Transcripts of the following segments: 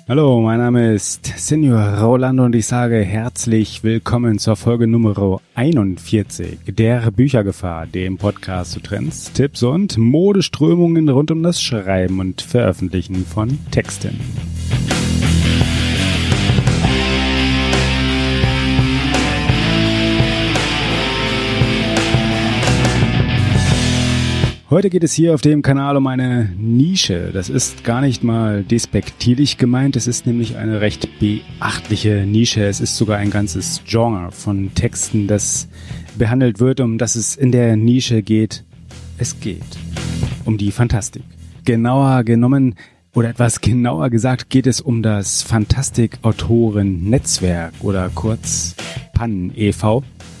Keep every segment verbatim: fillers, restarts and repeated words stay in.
Hallo, mein Name ist Senior Rolando und ich sage herzlich willkommen zur Folge Nummer einundvierzig der Büchergefahr, dem Podcast zu Trends, Tipps und Modeströmungen rund um das Schreiben und Veröffentlichen von Texten. Heute geht es hier auf dem Kanal um eine Nische. Das ist gar nicht mal despektierlich gemeint, es ist nämlich eine recht beachtliche Nische. Es ist sogar ein ganzes Genre von Texten, das behandelt wird, um das es in der Nische geht. Es geht um die Fantastik. Genauer genommen oder etwas genauer gesagt geht es um das Fantastik-Autoren-Netzwerk oder kurz P A N e V.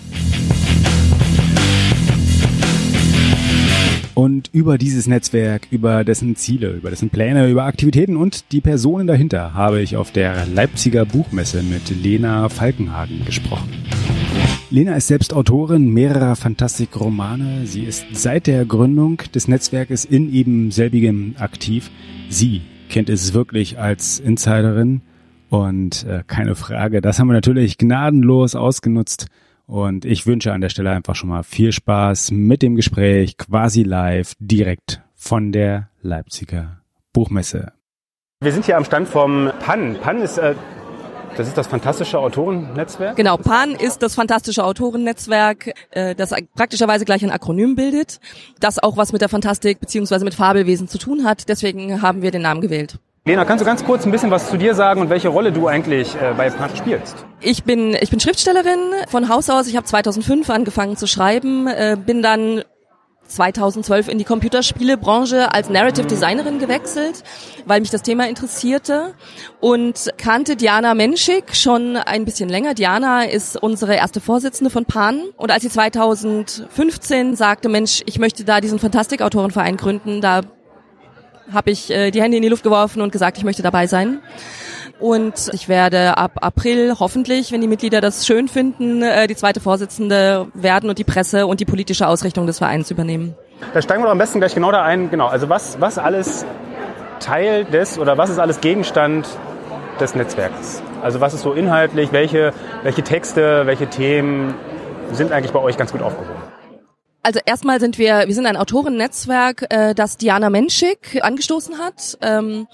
Und über dieses Netzwerk, über dessen Ziele, über dessen Pläne, über Aktivitäten und die Personen dahinter habe ich auf der Leipziger Buchmesse mit Lena Falkenhagen gesprochen. Lena ist selbst Autorin mehrerer Fantastik-Romane. Sie ist seit der Gründung des Netzwerkes in eben selbigem aktiv. Sie kennt es wirklich als Insiderin und äh, keine Frage, das haben wir natürlich gnadenlos ausgenutzt. Und ich wünsche an der Stelle einfach schon mal viel Spaß mit dem Gespräch quasi live direkt von der Leipziger Buchmesse. Wir sind hier am Stand vom P A N. P A N ist, äh, das ist das fantastische Autorennetzwerk? Genau, P A N ist das fantastische Autorennetzwerk, äh, das praktischerweise gleich ein Akronym bildet, das auch was mit der Fantastik bzw. mit Fabelwesen zu tun hat. Deswegen haben wir den Namen gewählt. Lena, kannst du ganz kurz ein bisschen was zu dir sagen und welche Rolle du eigentlich äh, bei P A N spielst? Ich bin ich bin Schriftstellerin von Haus aus. Ich habe zweitausendfünf angefangen zu schreiben, äh, bin dann zweitausendzwölf in die Computerspielebranche als Narrative Designerin gewechselt, weil mich das Thema interessierte und kannte Diana Menschik schon ein bisschen länger. Diana ist unsere erste Vorsitzende von P A N und als sie zweitausendfünfzehn sagte, Mensch, ich möchte da diesen Fantastikautorenverein gründen, da habe ich äh, die Hände in die Luft geworfen und gesagt, ich möchte dabei sein. Und ich werde ab April hoffentlich, wenn die Mitglieder das schön finden, äh, die zweite Vorsitzende werden und die Presse und die politische Ausrichtung des Vereins übernehmen. Da steigen wir doch am besten gleich genau da ein. Genau, also was was alles Teil des oder was ist alles Gegenstand des Netzwerks? Also was ist so inhaltlich, welche welche Texte, welche Themen sind eigentlich bei euch ganz gut aufgehoben? Also erstmal sind wir, wir sind ein Autorennetzwerk, äh, das Diana Menschik angestoßen hat. Ähm,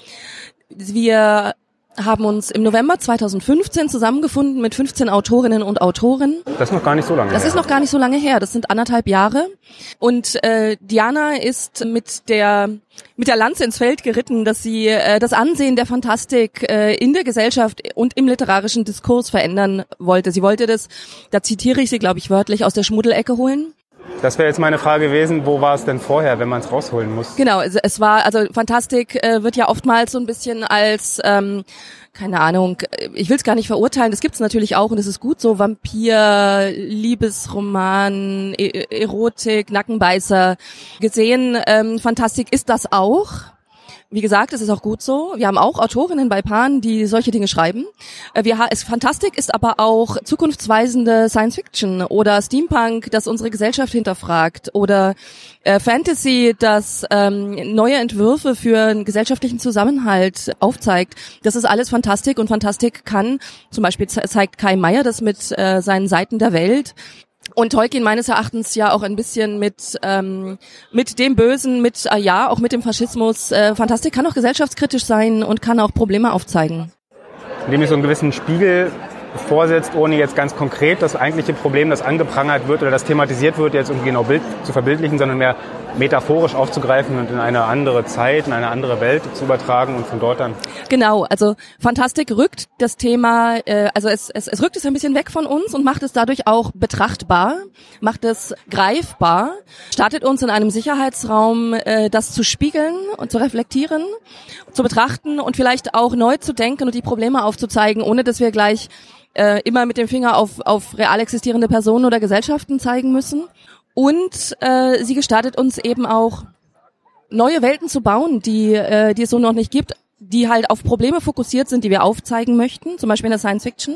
wir haben uns im November zweitausendfünfzehn zusammengefunden mit fünfzehn Autorinnen und Autoren. Das ist noch gar nicht so lange das her. Das ist noch gar nicht so lange her. Das sind anderthalb Jahre. Und äh, Diana ist mit der mit der Lanze ins Feld geritten, dass sie äh, das Ansehen der Fantastik äh, in der Gesellschaft und im literarischen Diskurs verändern wollte. Sie wollte das, da zitiere ich sie, glaube ich, wörtlich, aus der Schmuddelecke holen. Das wäre jetzt meine Frage gewesen, wo war es denn vorher, wenn man es rausholen muss? Genau, es war, also Fantastik äh, wird ja oftmals so ein bisschen als, ähm, keine Ahnung, ich will es gar nicht verurteilen, das gibt's natürlich auch und es ist gut so, Vampir, Liebesroman, e- Erotik, Nackenbeißer gesehen. Ähm, Fantastik ist das auch. Wie gesagt, es ist auch gut so. Wir haben auch Autorinnen bei P A N, die solche Dinge schreiben. Wir ha- es, Fantastik ist aber auch zukunftsweisende Science-Fiction oder Steampunk, das unsere Gesellschaft hinterfragt oder äh, Fantasy, das ähm, neue Entwürfe für einen gesellschaftlichen Zusammenhalt aufzeigt. Das ist alles Fantastik und Fantastik kann, zum Beispiel ze- zeigt Kai Meier das mit äh, seinen Seiten der Welt. Und Tolkien meines Erachtens ja auch ein bisschen mit ähm, mit dem Bösen, mit äh, ja auch mit dem Faschismus. Äh, Fantastik kann auch gesellschaftskritisch sein und kann auch Probleme aufzeigen. Indem ich so einen gewissen Spiegel vorsetzt, ohne jetzt ganz konkret das eigentliche Problem, das angeprangert wird oder das thematisiert wird, jetzt irgendwie genau Bild zu verbildlichen, sondern mehr metaphorisch aufzugreifen und in eine andere Zeit, in eine andere Welt zu übertragen und von dort dann. Genau, also Fantastik rückt das Thema, äh, also es, es, es rückt es ein bisschen weg von uns und macht es dadurch auch betrachtbar, macht es greifbar, startet uns in einem Sicherheitsraum, äh, das zu spiegeln und zu reflektieren, zu betrachten und vielleicht auch neu zu denken und die Probleme aufzuzeigen, ohne dass wir gleich äh, immer mit dem Finger auf, auf real existierende Personen oder Gesellschaften zeigen müssen. Und äh, sie gestartet uns eben auch, neue Welten zu bauen, die, äh, die es so noch nicht gibt, die halt auf Probleme fokussiert sind, die wir aufzeigen möchten, zum Beispiel in der Science Fiction,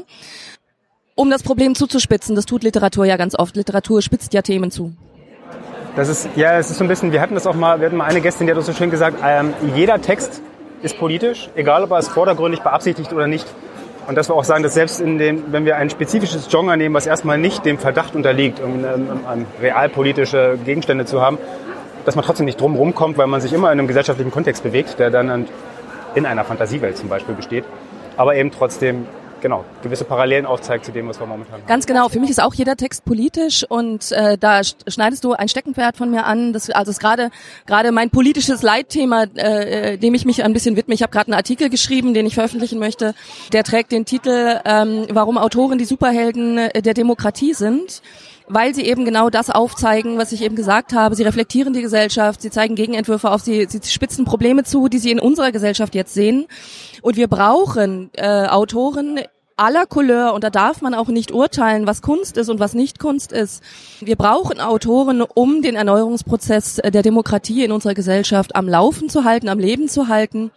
um das Problem zuzuspitzen. Das tut Literatur ja ganz oft. Literatur spitzt ja Themen zu. Das ist, ja, es ist so ein bisschen, wir hatten das auch mal, wir hatten mal eine Gästin, die hat uns so schön gesagt, ähm, jeder Text ist politisch, egal ob er es vordergründig beabsichtigt oder nicht. Und dass wir auch sagen, dass selbst in dem, wenn wir ein spezifisches Genre nehmen, was erstmal nicht dem Verdacht unterliegt, um, um, um realpolitische Gegenstände zu haben, dass man trotzdem nicht drum rumkommt, weil man sich immer in einem gesellschaftlichen Kontext bewegt, der dann in einer Fantasiewelt zum Beispiel besteht, aber eben trotzdem genau gewisse Parallelen aufzeigt zu dem, was wir momentan haben. Ganz genau. Für mich ist auch jeder Text politisch und äh, da schneidest du ein Steckenpferd von mir an. Das, also ist gerade gerade mein politisches Leitthema, äh, dem ich mich ein bisschen widme. Ich habe gerade einen Artikel geschrieben, den ich veröffentlichen möchte. Der trägt den Titel ähm, Warum Autoren die Superhelden der Demokratie sind. Weil sie eben genau das aufzeigen, was ich eben gesagt habe. Sie reflektieren die Gesellschaft, sie zeigen Gegenentwürfe auf, sie, sie spitzen Probleme zu, die sie in unserer Gesellschaft jetzt sehen. Und wir brauchen äh, Autoren aller Couleur, und da darf man auch nicht urteilen, was Kunst ist und was nicht Kunst ist. Wir brauchen Autoren, um den Erneuerungsprozess der Demokratie in unserer Gesellschaft am Laufen zu halten, am Leben zu halten.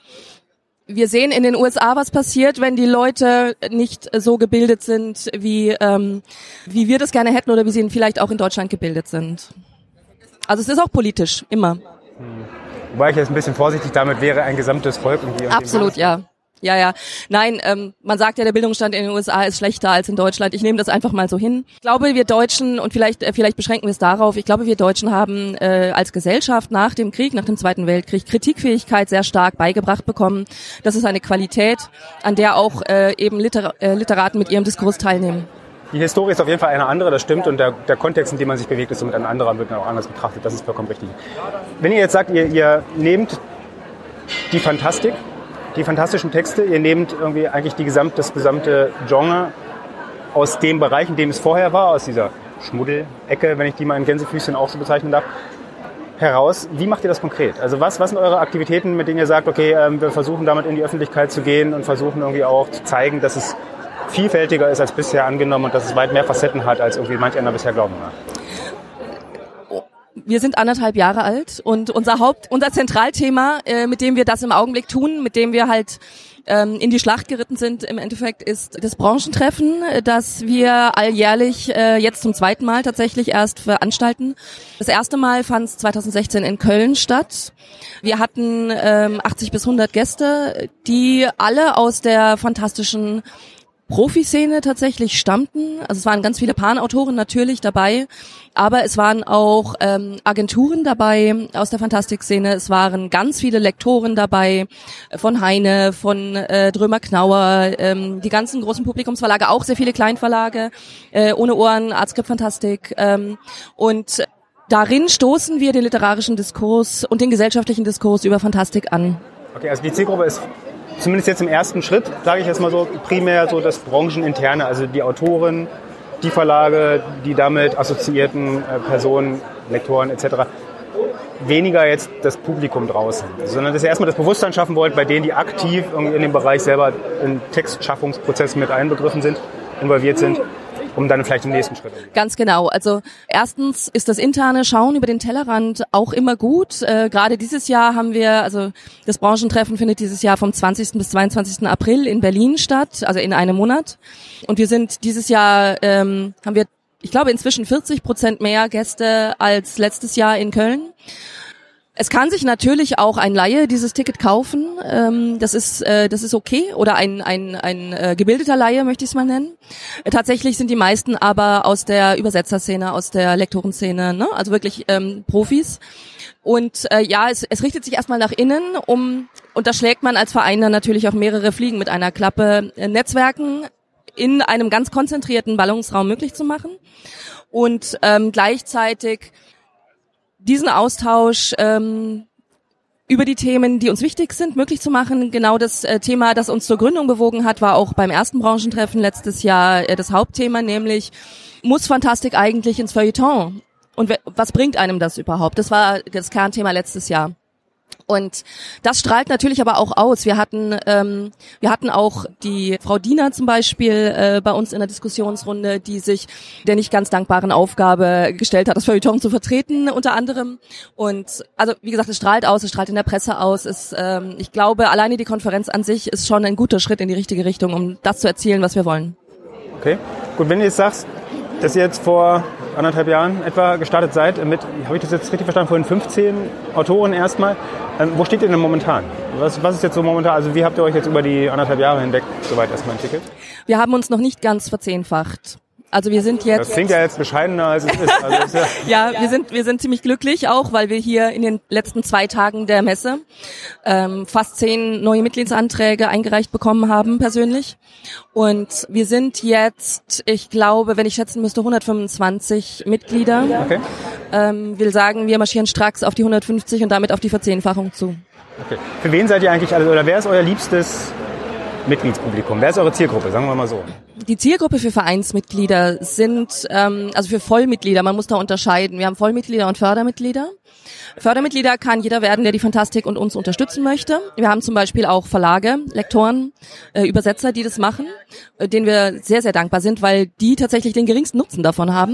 Wir sehen in den U S A, was passiert, wenn die Leute nicht so gebildet sind, wie ähm, wie wir das gerne hätten oder wie sie vielleicht auch in Deutschland gebildet sind. Also es ist auch politisch, immer. Hm. Wobei ich jetzt ein bisschen vorsichtig damit wäre, ein gesamtes Volk irgendwie... Absolut, ja. Ja, ja. Nein, ähm, man sagt ja, der Bildungsstand in den U S A ist schlechter als in Deutschland. Ich nehme das einfach mal so hin. Ich glaube, wir Deutschen, und vielleicht äh, vielleicht beschränken wir es darauf, ich glaube, wir Deutschen haben äh, als Gesellschaft nach dem Krieg, nach dem Zweiten Weltkrieg, Kritikfähigkeit sehr stark beigebracht bekommen. Das ist eine Qualität, an der auch äh, eben Liter- äh, Literaten mit ihrem Diskurs teilnehmen. Die Historie ist auf jeden Fall eine andere, das stimmt, und der, der Kontext, in dem man sich bewegt, ist somit ein anderer, wird dann auch anders betrachtet. Das ist vollkommen richtig. Wenn ihr jetzt sagt, ihr, ihr nehmt die Fantastik, die fantastischen Texte, ihr nehmt irgendwie eigentlich die gesamte, das gesamte Genre aus dem Bereich, in dem es vorher war, aus dieser Schmuddelecke, wenn ich die mal in Gänsefüßchen auch so bezeichnen darf, heraus. Wie macht ihr das konkret? Also was, was sind eure Aktivitäten, mit denen ihr sagt, okay, ähm, wir versuchen damit in die Öffentlichkeit zu gehen und versuchen irgendwie auch zu zeigen, dass es vielfältiger ist als bisher angenommen und dass es weit mehr Facetten hat, als irgendwie manch einer bisher glauben mag? Wir sind anderthalb Jahre alt und unser Haupt, unser Zentralthema, äh, mit dem wir das im Augenblick tun, mit dem wir halt ähm, in die Schlacht geritten sind, im Endeffekt ist das Branchentreffen, das wir alljährlich äh, jetzt zum zweiten Mal tatsächlich erst veranstalten. Das erste Mal fand es zwanzig sechzehn in Köln statt. Wir hatten ähm, achtzig bis hundert Gäste, die alle aus der fantastischen Profiszene tatsächlich stammten. Also es waren ganz viele Pan-Autoren natürlich dabei, aber es waren auch ähm, Agenturen dabei aus der Fantastikszene. Es waren ganz viele Lektoren dabei, von Heine, von äh, Drömer-Knauer, ähm, die ganzen großen Publikumsverlage, auch sehr viele Kleinverlage, äh, Ohne Ohren, Artskript Fantastik. Ähm, und darin stoßen wir den literarischen Diskurs und den gesellschaftlichen Diskurs über Fantastik an. Okay, also die Zielgruppe ist zumindest jetzt im ersten Schritt, sage ich jetzt mal so, primär so das Brancheninterne, also die Autoren, die Verlage, die damit assoziierten äh, Personen, Lektoren et cetera. Weniger jetzt das Publikum draußen, sondern dass ihr erstmal das Bewusstsein schaffen wollt, bei denen, die aktiv irgendwie in dem Bereich selber im Textschaffungsprozess mit einbegriffen sind, involviert sind, um dann vielleicht den nächsten Schritt. Ganz genau. Also erstens ist das interne Schauen über den Tellerrand auch immer gut. Äh, gerade dieses Jahr haben wir, also das Branchentreffen findet dieses Jahr vom zwanzigsten bis zweiundzwanzigsten April in Berlin statt, also in einem Monat. Und wir sind dieses Jahr, ähm, haben wir, ich glaube, inzwischen vierzig Prozent mehr Gäste als letztes Jahr in Köln. Es kann sich natürlich auch ein Laie dieses Ticket kaufen. Ähm, das ist äh, das ist okay. Oder ein ein ein äh, gebildeter Laie, möchte ich es mal nennen. Äh, tatsächlich sind die meisten aber aus der Übersetzerszene, aus der Lektorenszene, ne? Also wirklich ähm, Profis. Und äh, ja, es, es richtet sich erstmal nach innen, um, und da schlägt man als Verein dann natürlich auch mehrere Fliegen mit einer Klappe, äh, Netzwerken in einem ganz konzentrierten Ballungsraum möglich zu machen. Und ähm, gleichzeitig diesen Austausch ähm, über die Themen, die uns wichtig sind, möglich zu machen. Genau das äh, Thema, das uns zur Gründung bewogen hat, war auch beim ersten Branchentreffen letztes Jahr äh, das Hauptthema, nämlich, muss Fantastik eigentlich ins Feuilleton? Und we- was bringt einem das überhaupt? Das war das Kernthema letztes Jahr. Und das strahlt natürlich aber auch aus. Wir hatten ähm, wir hatten auch die Frau Diener zum Beispiel äh, bei uns in der Diskussionsrunde, die sich der nicht ganz dankbaren Aufgabe gestellt hat, das Feuilleton zu vertreten unter anderem. Und also wie gesagt, es strahlt aus, es strahlt in der Presse aus. Es, ähm, ich glaube, alleine die Konferenz an sich ist schon ein guter Schritt in die richtige Richtung, um das zu erzielen, was wir wollen. Okay, gut, wenn du jetzt sagst, dass ihr jetzt vor anderthalb Jahren etwa gestartet seid. Mit, habe ich das jetzt richtig verstanden, vorhin fünfzehn Autoren erstmal. Ähm, wo steht ihr denn momentan? Was, was ist jetzt so momentan, also wie habt ihr euch jetzt über die anderthalb Jahre hinweg soweit erstmal entwickelt? Wir haben uns noch nicht ganz verzehnfacht. Also wir sind jetzt... Das klingt ja jetzt bescheidener, als es ist. Also ist ja, ja, wir sind wir sind ziemlich glücklich auch, weil wir hier in den letzten zwei Tagen der Messe ähm, fast zehn neue Mitgliedsanträge eingereicht bekommen haben persönlich. Und wir sind jetzt, ich glaube, wenn ich schätzen müsste, hundertfünfundzwanzig Mitglieder. Okay. Ähm, will sagen, wir marschieren stracks auf die hundertfünfzig und damit auf die Verzehnfachung zu. Okay. Für wen seid ihr eigentlich alle, oder wer ist euer liebstes Mitgliedspublikum? Wer ist eure Zielgruppe? Sagen wir mal so. Die Zielgruppe für Vereinsmitglieder sind, ähm, also für Vollmitglieder, man muss da unterscheiden. Wir haben Vollmitglieder und Fördermitglieder. Fördermitglieder kann jeder werden, der die Fantastik und uns unterstützen möchte. Wir haben zum Beispiel auch Verlage, Lektoren, äh, Übersetzer, die das machen, äh, denen wir sehr, sehr dankbar sind, weil die tatsächlich den geringsten Nutzen davon haben.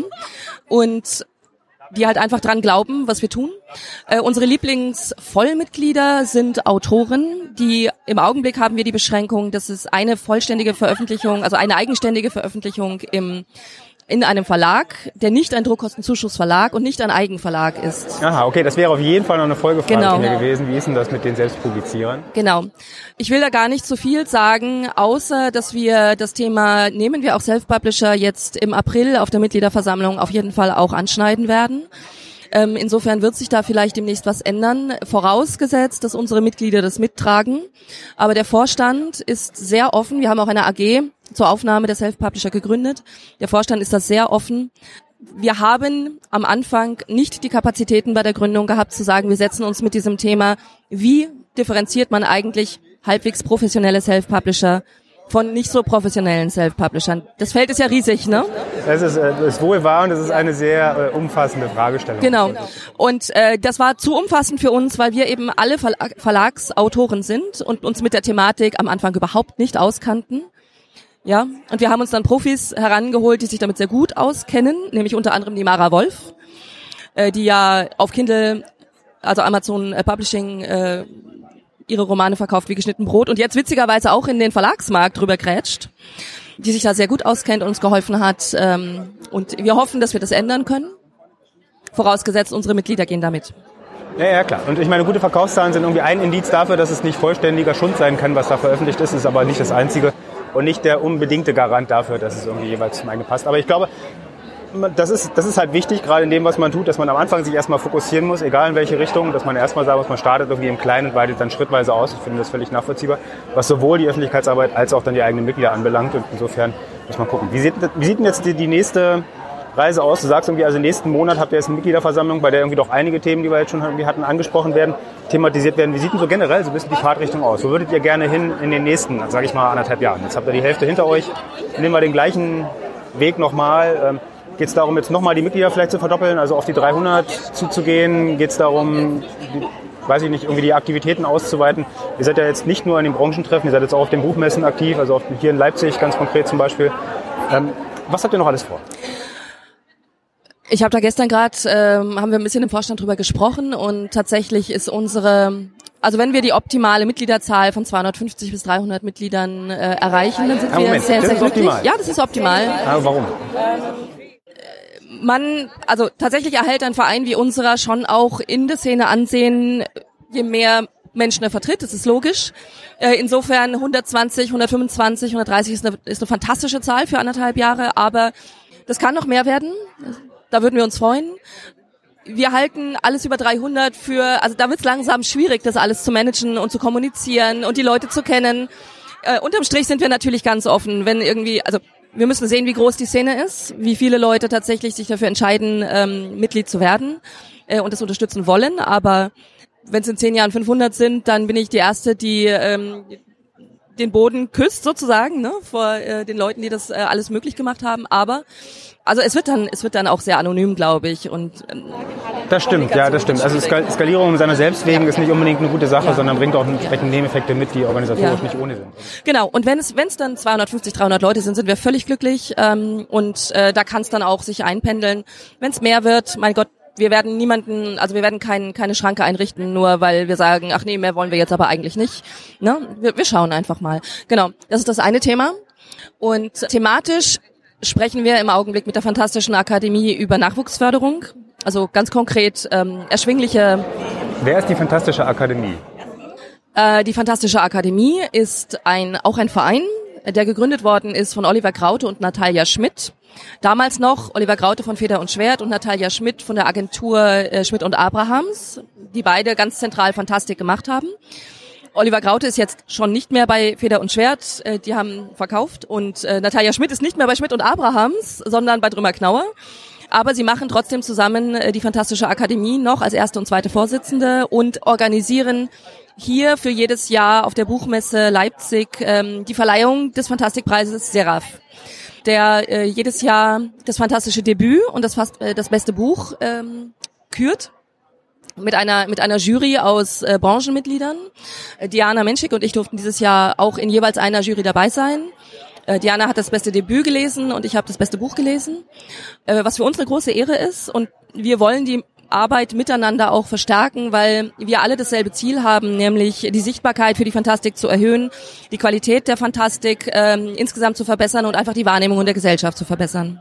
Und die halt einfach dran glauben, was wir tun. Äh, unsere Lieblingsvollmitglieder sind Autoren, die im Augenblick haben wir die Beschränkung, dass es eine vollständige Veröffentlichung, also eine eigenständige Veröffentlichung im in einem Verlag, der nicht ein Druckkostenzuschussverlag und nicht ein Eigenverlag ist. Aha, okay, das wäre auf jeden Fall noch eine Folgefrage genau. von mir gewesen. Wie ist denn das mit den Selbstpublizierern? Genau. Ich will da gar nicht so viel sagen, außer dass wir das Thema, nehmen wir auch Self-Publisher, jetzt im April auf der Mitgliederversammlung auf jeden Fall auch anschneiden werden. Ähm, insofern wird sich da vielleicht demnächst was ändern, vorausgesetzt, dass unsere Mitglieder das mittragen. Aber der Vorstand ist sehr offen. Wir haben auch eine A G zur Aufnahme der Self-Publisher gegründet. Der Vorstand ist da sehr offen. Wir haben am Anfang nicht die Kapazitäten bei der Gründung gehabt, zu sagen, wir setzen uns mit diesem Thema, wie differenziert man eigentlich halbwegs professionelle Self-Publisher von nicht so professionellen Self-Publishern. Das Feld ist ja riesig, ne? Das ist, das ist wohl wahr und das ist eine sehr äh, umfassende Fragestellung. Genau. Und äh, das war zu umfassend für uns, weil wir eben alle Verlag- Verlagsautoren sind und uns mit der Thematik am Anfang überhaupt nicht auskannten. Ja, und wir haben uns dann Profis herangeholt, die sich damit sehr gut auskennen, nämlich unter anderem die Mara Wolf, äh, die ja auf Kindle, also Amazon äh, Publishing, äh, ihre Romane verkauft wie geschnitten Brot und jetzt witzigerweise auch in den Verlagsmarkt drüber grätscht, die sich da sehr gut auskennt und uns geholfen hat. Ähm, und wir hoffen, dass wir das ändern können, vorausgesetzt unsere Mitglieder gehen damit. Ja, ja, klar. Und ich meine, gute Verkaufszahlen sind irgendwie ein Indiz dafür, dass es nicht vollständiger Schund sein kann, was da veröffentlicht ist, ist aber nicht das einzige und nicht der unbedingte Garant dafür, dass es irgendwie jeweils zum eigenen passt. Aber ich glaube, das ist, das ist halt wichtig, gerade in dem, was man tut, dass man am Anfang sich erstmal fokussieren muss, egal in welche Richtung, dass man erstmal sagt, man startet irgendwie im Kleinen und weitet dann schrittweise aus. Ich finde das völlig nachvollziehbar, was sowohl die Öffentlichkeitsarbeit als auch dann die eigenen Mitglieder anbelangt. Und insofern muss man gucken. Wie sieht, wie sieht denn jetzt die, die nächste Reise aus? Du sagst irgendwie, also nächsten Monat habt ihr jetzt eine Mitgliederversammlung, bei der irgendwie doch einige Themen, die wir jetzt schon irgendwie hatten, angesprochen werden, thematisiert werden. Wie sieht denn so generell so ein bisschen die Fahrtrichtung aus? Wo würdet ihr gerne hin in den nächsten, sage ich mal, anderthalb Jahren? Jetzt habt ihr die Hälfte hinter euch. Nehmen wir den gleichen Weg nochmal. Geht es darum, jetzt nochmal die Mitglieder vielleicht zu verdoppeln, also auf die dreihundert zuzugehen? Geht es darum, die, weiß ich nicht, irgendwie die Aktivitäten auszuweiten? Ihr seid ja jetzt nicht nur an den Branchentreffen, ihr seid jetzt auch auf den Buchmessen aktiv, also auf, hier in Leipzig ganz konkret zum Beispiel. Ähm, was habt ihr noch alles vor? Ich habe da gestern gerade, ähm, haben wir ein bisschen im Vorstand drüber gesprochen und tatsächlich ist unsere, also wenn wir die optimale Mitgliederzahl von zweihundertfünfzig bis dreihundert Mitgliedern äh, erreichen, dann sind ja, wir Moment, sehr, das sehr ist glücklich. Optimal. Ja, das ist optimal. Ah, warum? Man, also tatsächlich erhält ein Verein wie unserer schon auch in der Szene Ansehen, je mehr Menschen er vertritt, das ist logisch. Äh, insofern hundertzwanzig, hundertfünfundzwanzig, hundertdreißig ist eine, ist eine fantastische Zahl für anderthalb Jahre, aber das kann noch mehr werden. Da würden wir uns freuen. Wir halten alles über dreihundert für, also da wird es langsam schwierig, das alles zu managen und zu kommunizieren und die Leute zu kennen. Äh, unterm Strich sind wir natürlich ganz offen, wenn irgendwie, also wir müssen sehen, wie groß die Szene ist, wie viele Leute tatsächlich sich dafür entscheiden, ähm, Mitglied zu werden äh, und das unterstützen wollen. Aber wenn es in zehn Jahren fünfhundert sind, dann bin ich die Erste, die ähm, den Boden küsst sozusagen, ne, vor äh, den Leuten, die das äh, alles möglich gemacht haben. Aber also es wird dann, es wird dann auch sehr anonym, glaube ich. Und ähm, das stimmt, ja, das stimmt. Also Skal- Skalierung um seiner selbst wegen ist nicht unbedingt eine gute Sache, ja, sondern bringt auch entsprechende Nebeneffekte mit, die organisatorisch ja. nicht ohne sind. Genau. Und wenn es, wenn es dann zweihundertfünfzig, dreihundert Leute sind, sind wir völlig glücklich. Ähm, und äh, da kann es dann auch sich einpendeln. Wenn es mehr wird, mein Gott, wir werden niemanden, also wir werden kein, keine Schranke einrichten, nur weil wir sagen, ach nee, mehr wollen wir jetzt aber eigentlich nicht. Ne? Wir, wir schauen einfach mal. Genau, das ist das eine Thema. Und thematisch sprechen wir im Augenblick mit der Fantastischen Akademie über Nachwuchsförderung. Also ganz konkret ähm, erschwingliche... Wer ist die Fantastische Akademie? Äh, die Fantastische Akademie ist ein auch ein Verein, der gegründet worden ist von Oliver Graute und Natalia Schmidt. Damals noch Oliver Graute von Feder und Schwert und Natalia Schmidt von der Agentur äh, Schmidt und Abrahams, die beide ganz zentral Fantastik gemacht haben. Oliver Graute ist jetzt schon nicht mehr bei Feder und Schwert, äh, die haben verkauft, und äh, Natalia Schmidt ist nicht mehr bei Schmidt und Abrahams, sondern bei Drümmer-Knauer. Aber sie machen trotzdem zusammen äh, die Fantastische Akademie noch als erste und zweite Vorsitzende und organisieren hier für jedes Jahr auf der Buchmesse Leipzig ähm, die Verleihung des Fantastikpreises Seraph, der äh, jedes Jahr das fantastische Debüt und das fast äh, das beste Buch ähm, kürt mit einer mit einer Jury aus äh, Branchenmitgliedern. Äh, Diana Menschik und ich durften dieses Jahr auch in jeweils einer Jury dabei sein. Äh, Diana hat das beste Debüt gelesen und ich habe das beste Buch gelesen, äh, was für uns eine große Ehre ist, und wir wollen die Arbeit miteinander auch verstärken, weil wir alle dasselbe Ziel haben, nämlich die Sichtbarkeit für die Fantastik zu erhöhen, die Qualität der Fantastik ähm, insgesamt zu verbessern und einfach die Wahrnehmung in der Gesellschaft zu verbessern.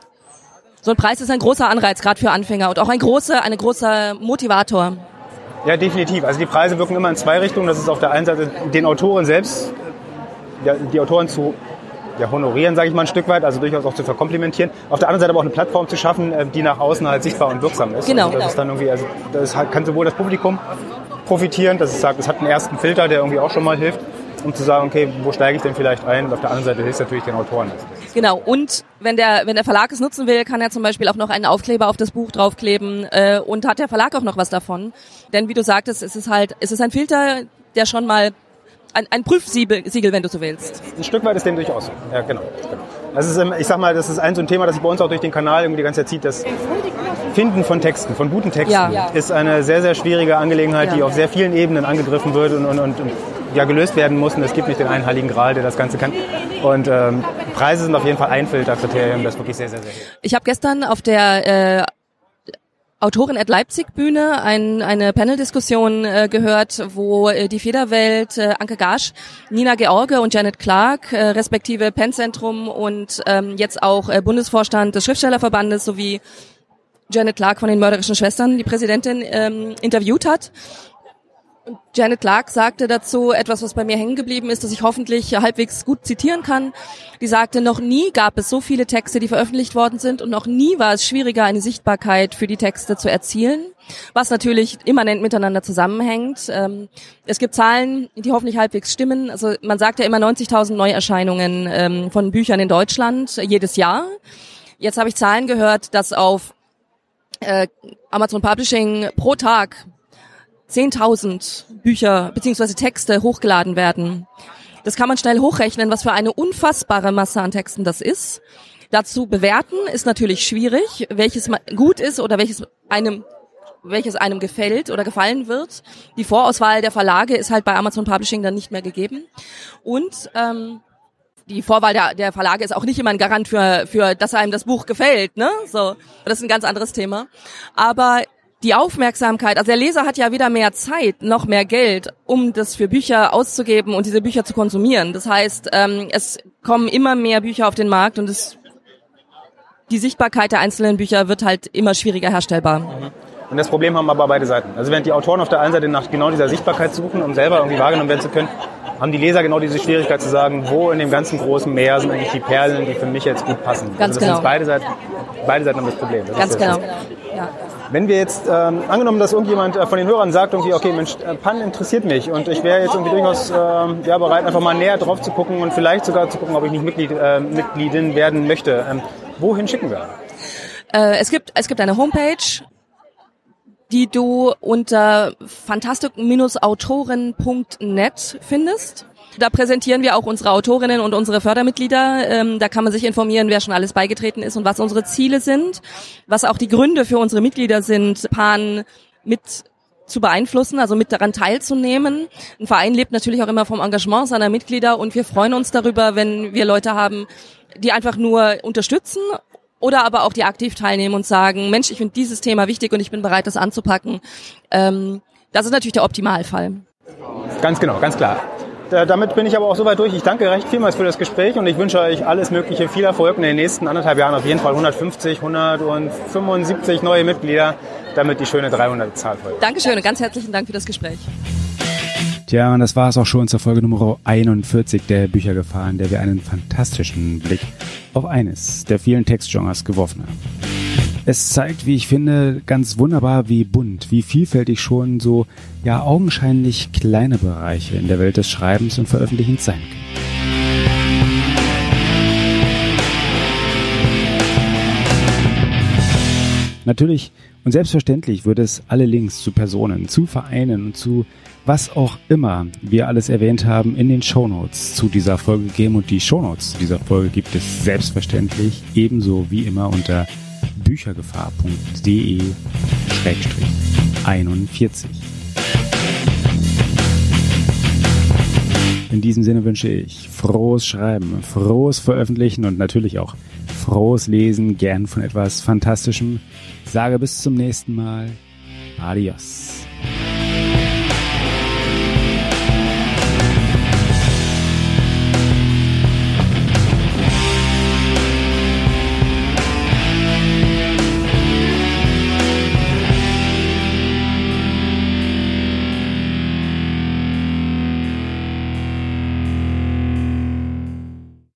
So ein Preis ist ein großer Anreiz, gerade für Anfänger, und auch ein großer, ein großer Motivator. Ja, definitiv. Also die Preise wirken immer in zwei Richtungen. Das ist auf der einen Seite den Autoren selbst, ja, die Autoren zu ja, honorieren, sage ich mal, ein Stück weit, also durchaus auch zu verkomplimentieren. Auf der anderen Seite aber auch eine Plattform zu schaffen, die nach außen halt sichtbar und wirksam ist. Genau. Also das genau. ist dann irgendwie, also das kann sowohl das Publikum profitieren, dass es sagt, es hat einen ersten Filter, der irgendwie auch schon mal hilft, um zu sagen, okay, wo steige ich denn vielleicht ein? Und auf der anderen Seite hilft es natürlich den Autoren. Genau, und wenn der wenn der Verlag es nutzen will, kann er zum Beispiel auch noch einen Aufkleber auf das Buch draufkleben, äh, und hat der Verlag auch noch was davon. Denn wie du sagtest, es ist halt, es ist ein Filter, der schon mal Ein, ein Prüfsiegel, wenn du so willst. Ein Stück weit ist dem durchaus so. Ja, genau. genau. Das ist, ich sag mal, das ist ein so ein Thema, das sich bei uns auch durch den Kanal irgendwie die ganze Zeit zieht. Das Finden von Texten, von guten Texten, ja. ist eine sehr, sehr schwierige Angelegenheit, ja. die auf sehr vielen Ebenen angegriffen wird und, und, und, und ja, gelöst werden muss. Und es gibt nicht den einen heiligen Gral, der das Ganze kann. Und ähm, Preise sind auf jeden Fall ein Filterkriterium, das wirklich sehr, sehr, sehr hilft. Ich habe gestern auf der äh, Autorin at Leipzig Bühne ein, eine Panel-Diskussion äh, gehört, wo äh, die Federwelt, äh, Anke Gasch, Nina George und Janet Clark, äh, respektive Pennzentrum und ähm, jetzt auch äh, Bundesvorstand des Schriftstellerverbandes sowie Janet Clark von den Mörderischen Schwestern, die Präsidentin, ähm, interviewt hat. Und Janet Clark sagte dazu etwas, was bei mir hängen geblieben ist, das ich hoffentlich halbwegs gut zitieren kann. Die sagte, noch nie gab es so viele Texte, die veröffentlicht worden sind, und noch nie war es schwieriger, eine Sichtbarkeit für die Texte zu erzielen, was natürlich immanent miteinander zusammenhängt. Ähm, es gibt Zahlen, die hoffentlich halbwegs stimmen. Also man sagt ja immer neunzigtausend Neuerscheinungen ähm, von Büchern in Deutschland äh, jedes Jahr. Jetzt habe ich Zahlen gehört, dass auf äh, Amazon Publishing pro Tag zehntausend Bücher bzw. Texte hochgeladen werden. Das kann man schnell hochrechnen, was für eine unfassbare Masse an Texten das ist. Dazu bewerten ist natürlich schwierig, welches gut ist oder welches einem welches einem gefällt oder gefallen wird. Die Vorauswahl der Verlage ist halt bei Amazon Publishing dann nicht mehr gegeben. Und ähm, die Vorwahl der, der Verlage ist auch nicht immer ein Garant für, für, dass einem das Buch gefällt, ne? So, das ist ein ganz anderes Thema. Aber die Aufmerksamkeit, also der Leser hat ja wieder mehr Zeit, noch mehr Geld, um das für Bücher auszugeben und diese Bücher zu konsumieren. Das heißt, ähm, es kommen immer mehr Bücher auf den Markt und es, die Sichtbarkeit der einzelnen Bücher wird halt immer schwieriger herstellbar. Mhm. Und das Problem haben aber beide Seiten. Also während die Autoren auf der einen Seite nach genau dieser Sichtbarkeit suchen, um selber irgendwie wahrgenommen werden zu können, haben die Leser genau diese Schwierigkeit zu sagen, wo in dem ganzen großen Meer sind eigentlich die Perlen, die für mich jetzt gut passen. Ganz also das genau. sind beide Seiten, beide Seiten haben das Problem. Das Ganz ist das genau. Ja. Wenn wir jetzt, ähm, angenommen, dass irgendjemand äh, von den Hörern sagt, irgendwie, okay, Mensch, äh, Pan interessiert mich und ich wäre jetzt irgendwie durchaus äh, ja, bereit, einfach mal näher drauf zu gucken und vielleicht sogar zu gucken, ob ich nicht Mitglied, äh, Mitgliedin werden möchte. Ähm, wohin schicken wir? Äh, es gibt, es gibt eine Homepage, die du unter fantastik Bindestrich autoren Punkt net findest. Da präsentieren wir auch unsere Autorinnen und unsere Fördermitglieder. Ähm, da kann man sich informieren, wer schon alles beigetreten ist und was unsere Ziele sind, was auch die Gründe für unsere Mitglieder sind, Pan mit zu beeinflussen, also mit daran teilzunehmen. Ein Verein lebt natürlich auch immer vom Engagement seiner Mitglieder und wir freuen uns darüber, wenn wir Leute haben, die einfach nur unterstützen oder aber auch die aktiv teilnehmen und sagen, Mensch, ich finde dieses Thema wichtig und ich bin bereit, das anzupacken. Ähm, das ist natürlich der Optimalfall. Ganz genau, ganz klar. da, damit bin ich aber auch soweit durch. Ich danke recht vielmals für das Gespräch und ich wünsche euch alles Mögliche, viel Erfolg in den nächsten anderthalb Jahren. Auf jeden Fall hundertfünfzig, hundertfünfundsiebzig neue Mitglieder, damit die schöne dreihundert Zahl folgt. Dankeschön und ganz herzlichen Dank für das Gespräch. Tja, und das war es auch schon zur Folge Nummer einundvierzig der Büchergefahr, in der wir einen fantastischen Blick auf eines der vielen Textgenres geworfen haben. Es zeigt, wie ich finde, ganz wunderbar, wie bunt, wie vielfältig schon so, ja, augenscheinlich kleine Bereiche in der Welt des Schreibens und Veröffentlichens sein können. Natürlich und selbstverständlich wird es alle Links zu Personen, zu Vereinen und zu was auch immer wir alles erwähnt haben in den Shownotes zu dieser Folge geben. Und die Shownotes zu dieser Folge gibt es selbstverständlich ebenso wie immer unter büchergefahr.de Schrägstrich einundvierzig. In diesem Sinne wünsche ich frohes Schreiben, frohes Veröffentlichen und natürlich auch frohes Lesen, gern von etwas Fantastischem. Sage bis zum nächsten Mal. Adios.